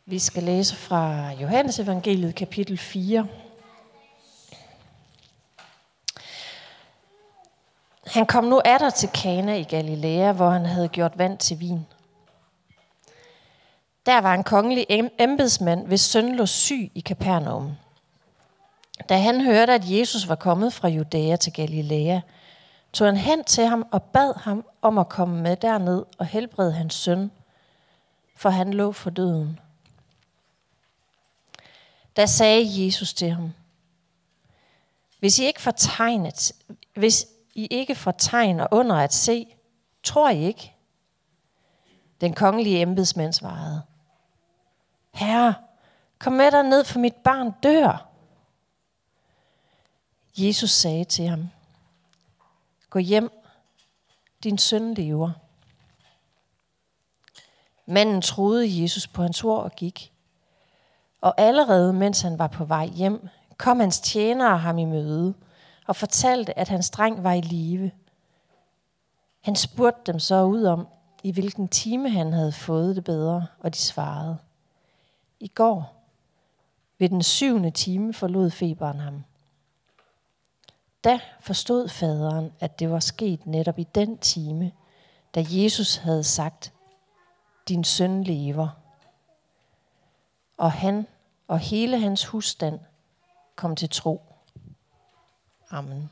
Vi skal læse fra Johannes evangeliet, kapitel 4. Han kom nu atter til Kana i Galilea, hvor han havde gjort vand til vin. Der var en kongelig embedsmand, hvis søn lå syg i Kapernaum. Da han hørte, at Jesus var kommet fra Judæa til Galilea, tog han hen til ham og bad ham om at komme med derned og helbrede hans søn, for han lå for døden. Da sagde Jesus til ham: Hvis I ikke får tegn og under at se, tror I ikke? Den kongelige embedsmand svarede: Herre, kom med dig ned, for mit barn dør. Jesus sagde til ham: Gå hjem, din søn lever. Manden troede Jesus på hans ord og gik. Og allerede mens han var på vej hjem, kom hans tjenere ham i møde og fortalte, at hans dreng var i live. Han spurgte dem så ud om, i hvilken time han havde fået det bedre, og de svarede: I går, ved den 7. time, forlod feberen ham. Da forstod faderen, at det var sket netop i den time, da Jesus havde sagt: Din søn lever. Og han og hele hans husstand kom til tro. Amen.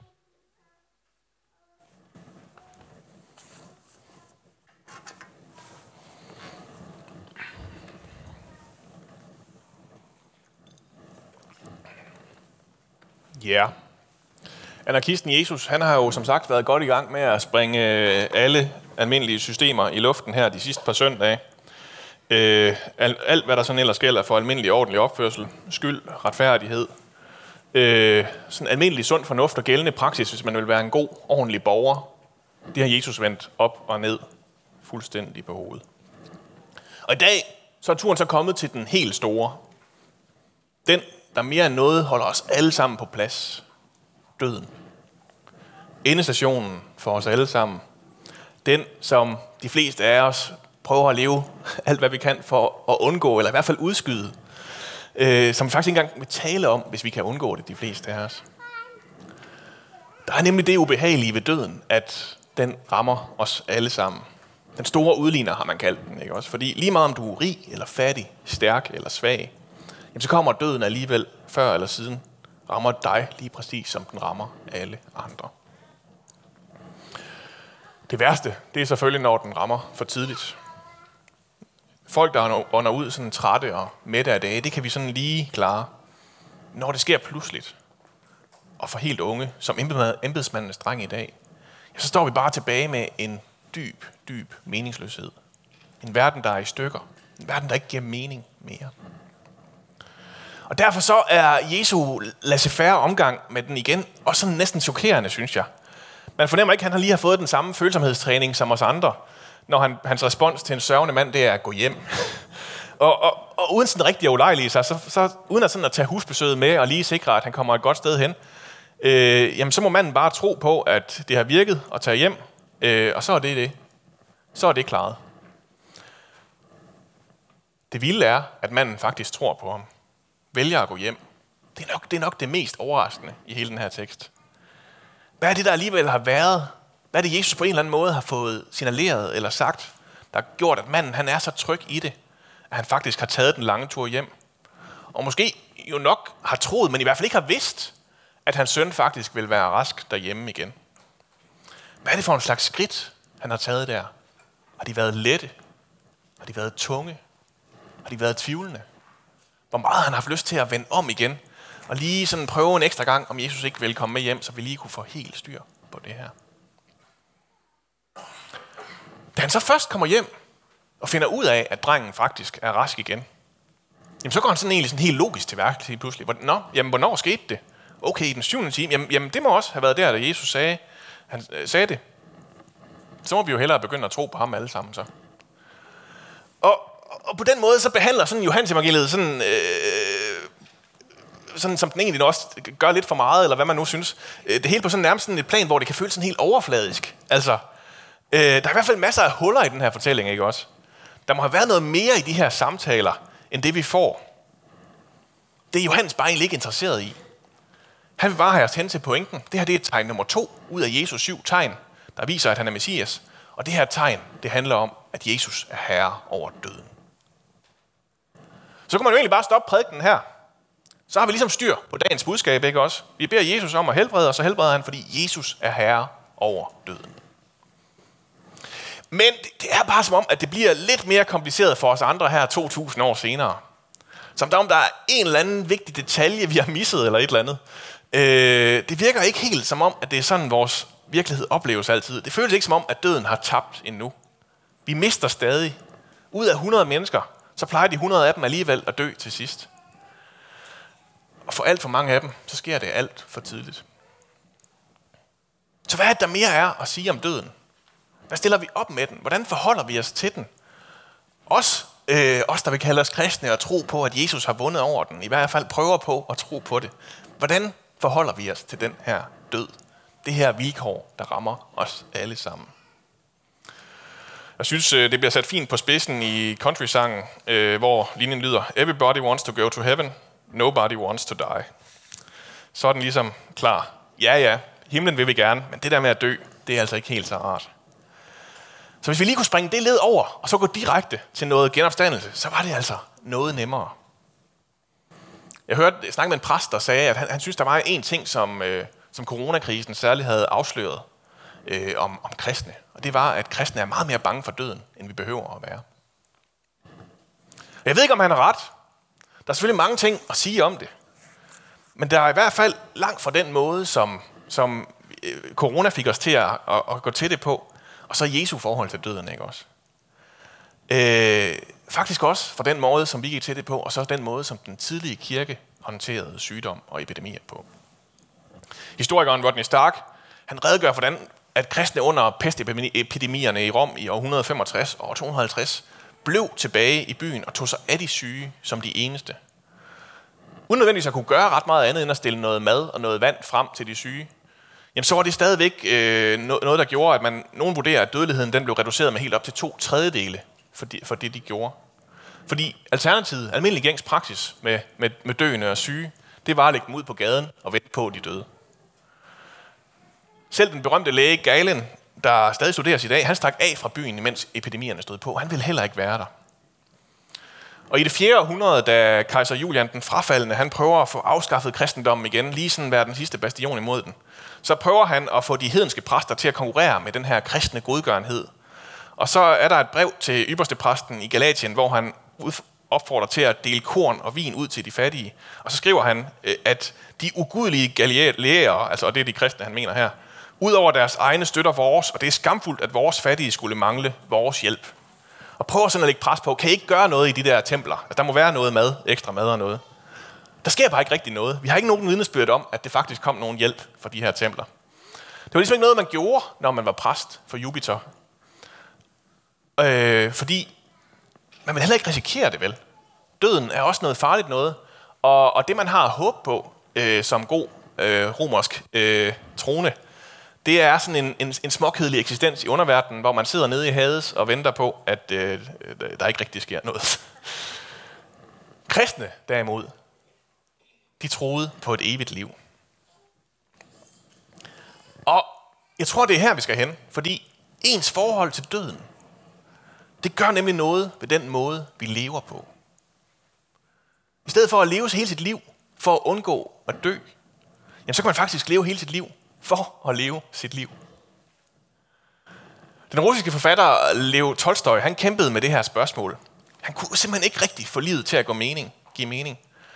Ja. Anarkisten Jesus, han har jo som sagt været godt i gang med at springe alle almindelige systemer i luften her de sidste par søndage. Alt hvad der sådan ellers gælder for almindelig ordentlig opførsel, skyld, retfærdighed, sådan almindelig sund fornuft og gældende praksis, hvis man vil være en god, ordentlig borger, det har Jesus vendt op og ned fuldstændig på hovedet. Og i dag så er turen så kommet til den helt store. Den, der mere end noget holder os alle sammen på plads. Døden. Endestationen for os alle sammen. Den, som de fleste af os prøver at leve alt, hvad vi kan for at undgå, eller i hvert fald udskyde. Som vi faktisk ikke engang vil tale om, hvis vi kan undgå det, de fleste af os. Der er nemlig det ubehagelige ved døden, at den rammer os alle sammen. Den store udligner har man kaldt den, ikke også? Fordi lige meget om du er rig eller fattig, stærk eller svag, jamen så kommer døden alligevel før eller siden rammer dig lige præcis, som den rammer alle andre. Det værste, det er selvfølgelig, når den rammer for tidligt. Folk, der ånder ud sådan trætte og mætte af dage, det kan vi sådan lige klare. Når det sker pludseligt, og for helt unge, som embedsmandens dreng i dag, ja, så står vi bare tilbage med en dyb, dyb meningsløshed. En verden, der er i stykker. En verden, der ikke giver mening mere. Og derfor så er Jesu laissez-faire omgang med den igen, også sådan næsten chokerende, synes jeg. Man fornemmer ikke, at han lige har fået den samme følsomhedstræning som os andre, når hans respons til en sørgende mand, det er at gå hjem. og uden sådan rigtig at ulejlige sig, så uden at, sådan at tage husbesøget med og lige sikre, at han kommer et godt sted hen, jamen så må manden bare tro på, at det har virket og tage hjem, og så er det. Så er det klaret. Det vilde er, at manden faktisk tror på ham. Vælger at gå hjem. Det er nok det mest overraskende i hele den her tekst. Hvad er det, der alligevel har været? Hvad er det, Jesus på en eller anden måde har fået signaleret eller sagt, der har gjort, at manden han er så tryg i det, at han faktisk har taget den lange tur hjem? Og måske jo nok har troet, men i hvert fald ikke har vidst, at hans søn faktisk vil være rask derhjemme igen. Hvad er det for en slags skridt, han har taget der? Har de været lette? Har de været tunge? Har de været tvivlende? Hvor meget han har haft lyst til at vende om igen, og lige sådan prøve en ekstra gang, om Jesus ikke vil komme med hjem, så vi lige kunne få helt styr på det her. Da han så først kommer hjem, og finder ud af, at drengen faktisk er rask igen, jamen så går han sådan egentlig sådan helt logisk til værk lige pludselig. Hvornår skete det? Okay, i den 7. time. Jamen det må også have været der, da Jesus sagde det. Så må vi jo hellere begynde at tro på ham alle sammen så. Og på den måde så behandler sådan Johannes evangeliet sådan som den egentlig også gør lidt for meget, eller hvad man nu synes. Det hele på sådan nærmest sådan et plan, hvor det kan føles sådan helt overfladisk. Altså, der er i hvert fald masser af huller i den her fortælling, ikke også? Der må have været noget mere i de her samtaler, end det vi får. Det er Johannes bare egentlig ikke interesseret i. Han vil bare have os hen til pointen. Det her det er tegn nummer 2 ud af Jesus 7 tegn, der viser, at han er Messias. Og det her tegn, det handler om, at Jesus er herre over døden. Så kan man jo egentlig bare stoppe prædiken her. Så har vi ligesom styr på dagens budskab, ikke også? Vi beder Jesus om at helbrede, og så helbreder han, fordi Jesus er herre over døden. Men det er bare som om, at det bliver lidt mere kompliceret for os andre her 2000 år senere. Som om der er en eller anden vigtig detalje, vi har misset eller et eller andet. Det virker ikke helt som om, at det er sådan, vores virkelighed opleves altid. Det føles ikke som om, at døden har tabt endnu. Vi mister stadig. Ud af 100 mennesker, så plejer de 100 af dem alligevel at dø til sidst. Og for alt for mange af dem, så sker det alt for tidligt. Så hvad er det, der mere er at sige om døden? Hvad stiller vi op med den? Hvordan forholder vi os til den? Os, der vil kalde os kristne og tro på, at Jesus har vundet over den. I hvert fald prøver på at tro på det. Hvordan forholder vi os til den her død? Det her vilkår, der rammer os alle sammen. Jeg synes, det bliver sat fint på spidsen i country-sangen, hvor linjen lyder: Everybody wants to go to heaven, nobody wants to die. Så er den ligesom klar. Ja, himlen vil vi gerne, men det der med at dø, det er altså ikke helt så rart. Så hvis vi lige kunne springe det led over, og så gå direkte til noget genopstandelse, så var det altså noget nemmere. Jeg snakkede med en præst, der sagde, at han synes, der var en ting, som coronakrisen særligt havde afsløret om kristne. Og det var, at kristne er meget mere bange for døden, end vi behøver at være. Jeg ved ikke, om han har ret. Der er selvfølgelig mange ting at sige om det. Men der er i hvert fald langt fra den måde, som corona fik os til at gå til det på. Og så Jesu forhold til døden, ikke også? Faktisk også fra den måde, som vi gik til det på, og så den måde, som den tidlige kirke håndterede sygdom og epidemier på. Historikeren Rodney Stark, han redegør for, hvordan at kristne under pestepidemierne i Rom i år 165 og år 250 blev tilbage i byen og tog sig af de syge som de eneste. Uden nødvendigvis at kunne gøre ret meget andet end at stille noget mad og noget vand frem til de syge, jamen så var det stadigvæk noget, der gjorde, at nogen vurderer, at dødeligheden den blev reduceret med helt op til 2/3 for det, de gjorde. Fordi alternativet, almindelig gængs praksis med døende og syge, det var at lægge dem ud på gaden og vente på, at de døde. Selv den berømte læge Galen, der stadig studeres i dag, han stak af fra byen, mens epidemierne stod på. Han ville heller ikke være der. Og i det 4. århundrede, da kejser Julian den frafaldende, han prøver at få afskaffet kristendommen igen, lige sådan være den sidste bastion imod den, så prøver han at få de hedenske præster til at konkurrere med den her kristne godgørenhed. Og så er der et brev til ypperstepræsten i Galatien, hvor han opfordrer til at dele korn og vin ud til de fattige. Og så skriver han, at de ugudelige galilæere, altså og det er de kristne, han mener her, udover deres egne støtter vores, og det er skamfuldt, at vores fattige skulle mangle vores hjælp. Og prøver sådan at lægge pres på, kan I ikke gøre noget i de der templer? Altså, der må være noget mad, ekstra mad og noget. Der sker bare ikke rigtig noget. Vi har ikke nogen vidnesbyrd om, at det faktisk kom nogen hjælp fra de her templer. Det var ligesom ikke noget, man gjorde, når man var præst for Jupiter. Fordi man vil heller ikke risikere det, vel? Døden er også noget farligt noget. Og det, man har håb på som god romersk trone, det er sådan en småkedelig eksistens i underverdenen, hvor man sidder nede i Hades og venter på, at der ikke rigtig sker noget. Kristne, derimod, de troede på et evigt liv. Og jeg tror, det er her, vi skal hen, fordi ens forhold til døden, det gør nemlig noget ved den måde, vi lever på. I stedet for at leve hele sit liv for at undgå at dø, jamen, så kan man faktisk leve hele sit liv for at leve sit liv. Den russiske forfatter Leo Tolstoj, han kæmpede med det her spørgsmål. Han kunne simpelthen ikke rigtig få livet til at give mening.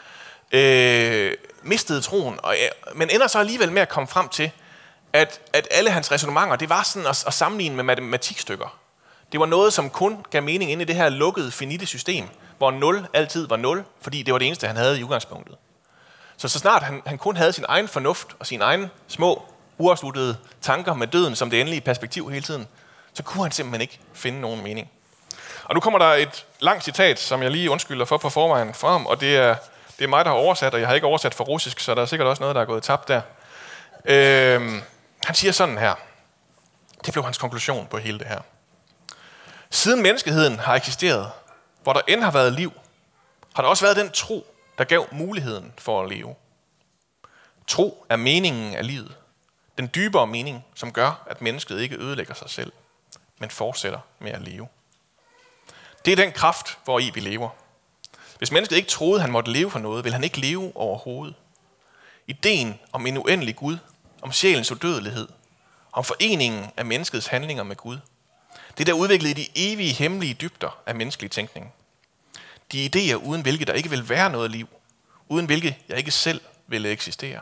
Mistede troen, men ender så alligevel med at komme frem til, at alle hans ræsonnementer, det var sådan at sammenligne med matematikstykker. Det var noget, som kun gav mening inde i det her lukkede, finitte system, hvor 0 altid var 0, fordi det var det eneste, han havde i udgangspunktet. Så snart han kun havde sin egen fornuft og sine egne små, uafsluttede tanker med døden som det endelige perspektiv hele tiden, så kunne han simpelthen ikke finde nogen mening. Og nu kommer der et langt citat, som jeg lige undskylder for på forvejen frem, og det er mig, der har oversat, og jeg har ikke oversat for russisk, så der er sikkert også noget, der er gået tabt der. Han siger sådan her. Det blev hans konklusion på hele det her. Siden menneskeheden har eksisteret, hvor der end har været liv, har der også været den tro, der gav muligheden for at leve. Tro er meningen af livet. Den dybere mening, som gør, at mennesket ikke ødelægger sig selv, men fortsætter med at leve. Det er den kraft, hvori vi lever. Hvis mennesket ikke troede, han måtte leve for noget, vil han ikke leve overhovedet. Ideen om en uendelig Gud, om sjælens udødelighed, om foreningen af menneskets handlinger med Gud, det er der udviklet i de evige hemmelige dybder af menneskelig tænkning. De idéer, uden hvilke der ikke vil være noget liv, uden hvilke jeg ikke selv ville eksistere.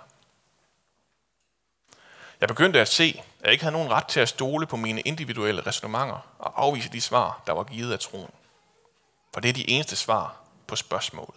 Jeg begyndte at se, at jeg ikke havde nogen ret til at stole på mine individuelle ræsonnementer og afvise de svar, der var givet af troen. For det er de eneste svar på spørgsmålet.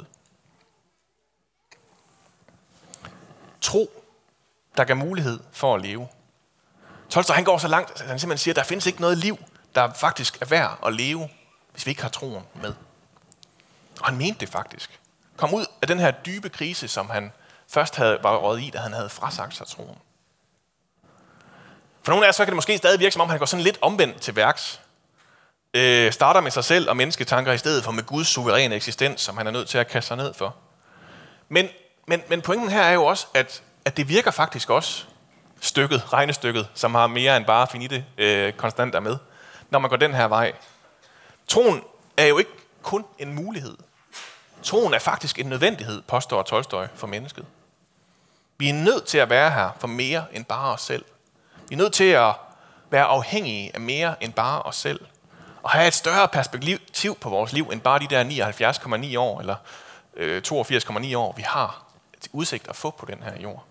Tro, der gav mulighed for at leve. Tolstoy, han går så langt, at han simpelthen siger, at der findes ikke noget liv, der faktisk er værd at leve, hvis vi ikke har troen med. Og han mente det faktisk. Kom ud af den her dybe krise, som han først var røget i, da han havde frasagt sig troen. For nogle af os så kan det måske stadig virke, som om han går sådan lidt omvendt til værks. Starter med sig selv og mennesketanker i stedet for med Guds suveræne eksistens, som han er nødt til at kaste sig ned for. Men pointen her er jo også, at det virker faktisk også regnestykket, som har mere end bare finitte konstanter med, når man går den her vej. Troen er jo ikke kun en mulighed. Troen er faktisk en nødvendighed, påstår Tolstoy, for mennesket. Vi er nødt til at være her for mere end bare os selv. Vi er nødt til at være afhængige af mere end bare os selv. Og have et større perspektiv på vores liv, end bare de der 79,9 år, eller 82,9 år, vi har til udsigt at få på den her jord.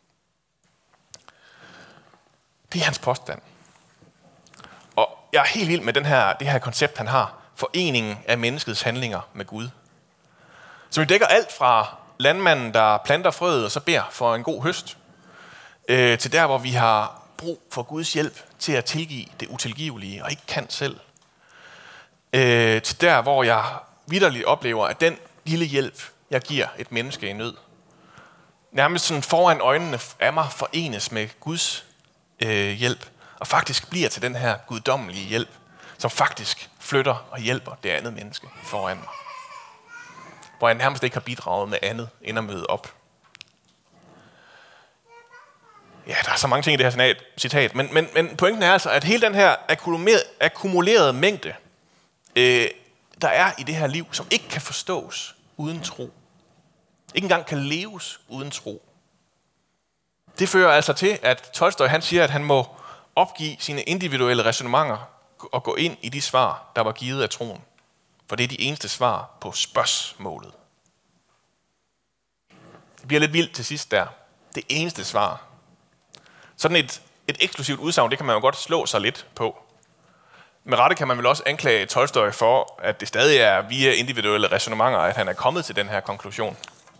Det er hans påstand. Og jeg er helt vild med det her koncept, han har. Foreningen af menneskets handlinger med Gud. Så vi dækker alt fra landmanden, der planter frøet og så beder for en god høst, til der, hvor vi har brug for Guds hjælp til at tilgive det utilgivelige og ikke kan selv. Til der, hvor jeg vitterligt oplever, at den lille hjælp, jeg giver et menneske i nød, nærmest sådan foran øjnene af mig forenes med Guds hjælp, og faktisk bliver til den her guddommelige hjælp, som faktisk flytter og hjælper det andet menneske foran mig. Hvor jeg nærmest ikke har bidraget med andet end at møde op. Ja, der er så mange ting i det her citat, men pointen er altså, at hele den her akkumulerede mængde, der er i det her liv, som ikke kan forstås uden tro, ikke engang kan leves uden tro, det fører altså til, at Tolstoy han siger, at han må opgive sine individuelle ræsonnementer og gå ind i de svar, der var givet af troen. For det er de eneste svar på spørgsmålet. Det bliver lidt vildt til sidst der. Det eneste svar. Sådan et eksklusivt udsagn, det kan man jo godt slå sig lidt på. Med rette kan man vel også anklage Tolstoy for, at det stadig er via individuelle ræsonnementer, at han er kommet til den her konklusion.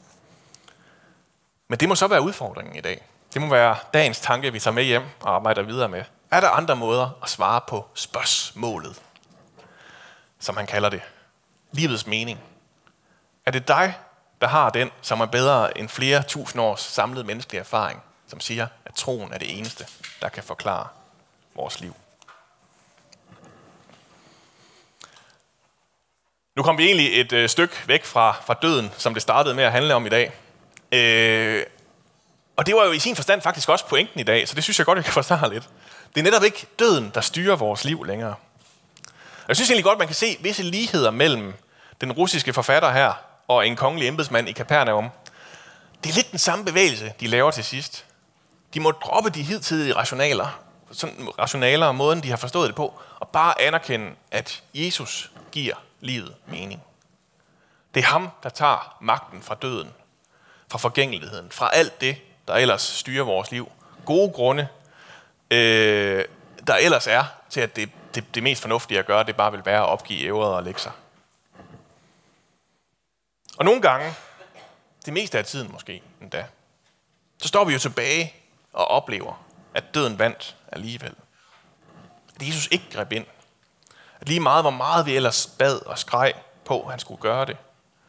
Men det må så være udfordringen i dag. Det må være dagens tanke, vi tager med hjem og arbejder videre med. Er der andre måder at svare på spørgsmålet, som han kalder det? Livets mening. Er det dig, der har den, som er bedre end flere tusind års samlet menneskelig erfaring, som siger, at troen er det eneste, der kan forklare vores liv? Nu kom vi egentlig et stykke væk fra døden, som det startede med at handle om i dag. Og det var jo i sin forstand faktisk også pointen i dag, så det synes jeg godt, jeg kan forsvare lidt. Det er netop ikke døden, der styrer vores liv længere. Og jeg synes egentlig godt, man kan se visse ligheder mellem den russiske forfatter her og en kongelig embedsmand i Kapernaum. Det er lidt den samme bevægelse, de laver til sidst. De må droppe de hidtidige rationaler og måden, de har forstået det på, og bare anerkende, at Jesus giver livet mening. Det er ham, der tager magten fra døden, fra forgængeligheden, fra alt det, der ellers styrer vores liv. Gode grunde, der ellers er til, at det mest fornuftige at gøre, det bare vil være at opgive ævret og lægge sig. Og nogle gange, det meste af tiden måske endda, så står vi jo tilbage og oplever, at døden vandt alligevel. At Jesus ikke greb ind. At lige meget, hvor meget vi ellers bad og skreg på, at han skulle gøre det,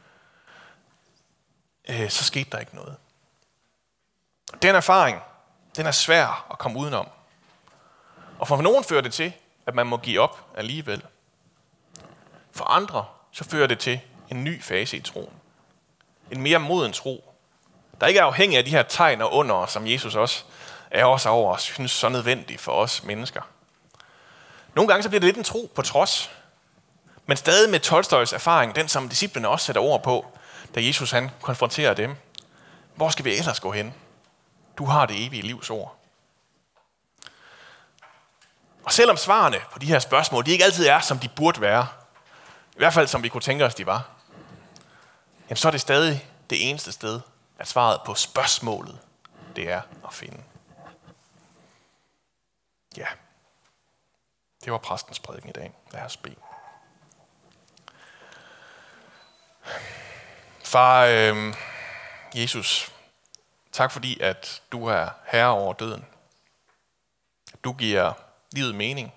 så skete der ikke noget. Den erfaring, den er svær at komme udenom. Og for nogen fører det til, at man må give op alligevel. For andre, så fører det til en ny fase i troen. En mere moden tro, der ikke er afhængig af de her tegn og under, som Jesus også er også over og synes så nødvendigt for os mennesker. Nogle gange så bliver det lidt en tro på trods, men stadig med Tolstojs erfaring, den som disciplene også sætter ord på, da Jesus han konfronterer dem. Hvor skal vi ellers gå hen? Du har det evige livs ord. Og selvom svarene på de her spørgsmål, de ikke altid er, som de burde være, i hvert fald som vi kunne tænke os, de var, jamen så er det stadig det eneste sted, at svaret på spørgsmålet, det er at finde. Ja, det var præstens prædiken i dag. Lad os bede. Far Jesus, tak fordi, at du er herre over døden. Du giver livet mening.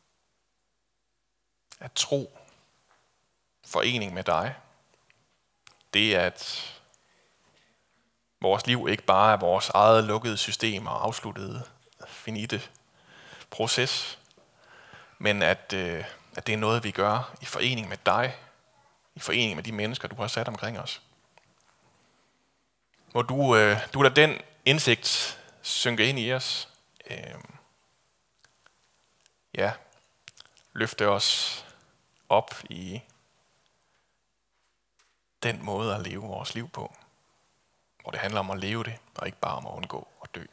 At tro, forening med dig, det er, at vores liv ikke bare er vores eget lukkede system og afsluttede finite proces, men at det er noget, vi gør i forening med dig, i forening med de mennesker, du har sat omkring os. Må du lader den indsigt synke ind i os. Løfte os op i den måde at leve vores liv på, hvor det handler om at leve det, og ikke bare om at undgå at dø.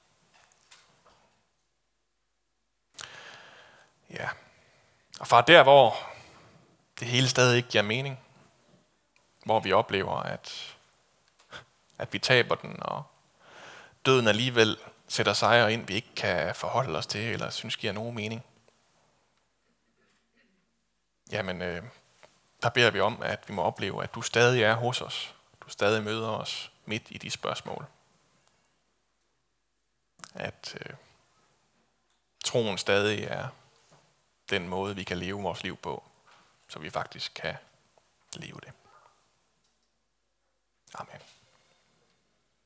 Ja. Og fra der, hvor det hele stadig ikke giver mening, hvor vi oplever, at vi taber den, og døden alligevel sætter sejre ind, vi ikke kan forholde os til, eller synes giver nogen mening, jamen, der beder vi om, at vi må opleve, at du stadig er hos os. Du stadig møder os midt i de spørgsmål. At troen stadig er den måde, vi kan leve vores liv på, så vi faktisk kan leve det. Amen.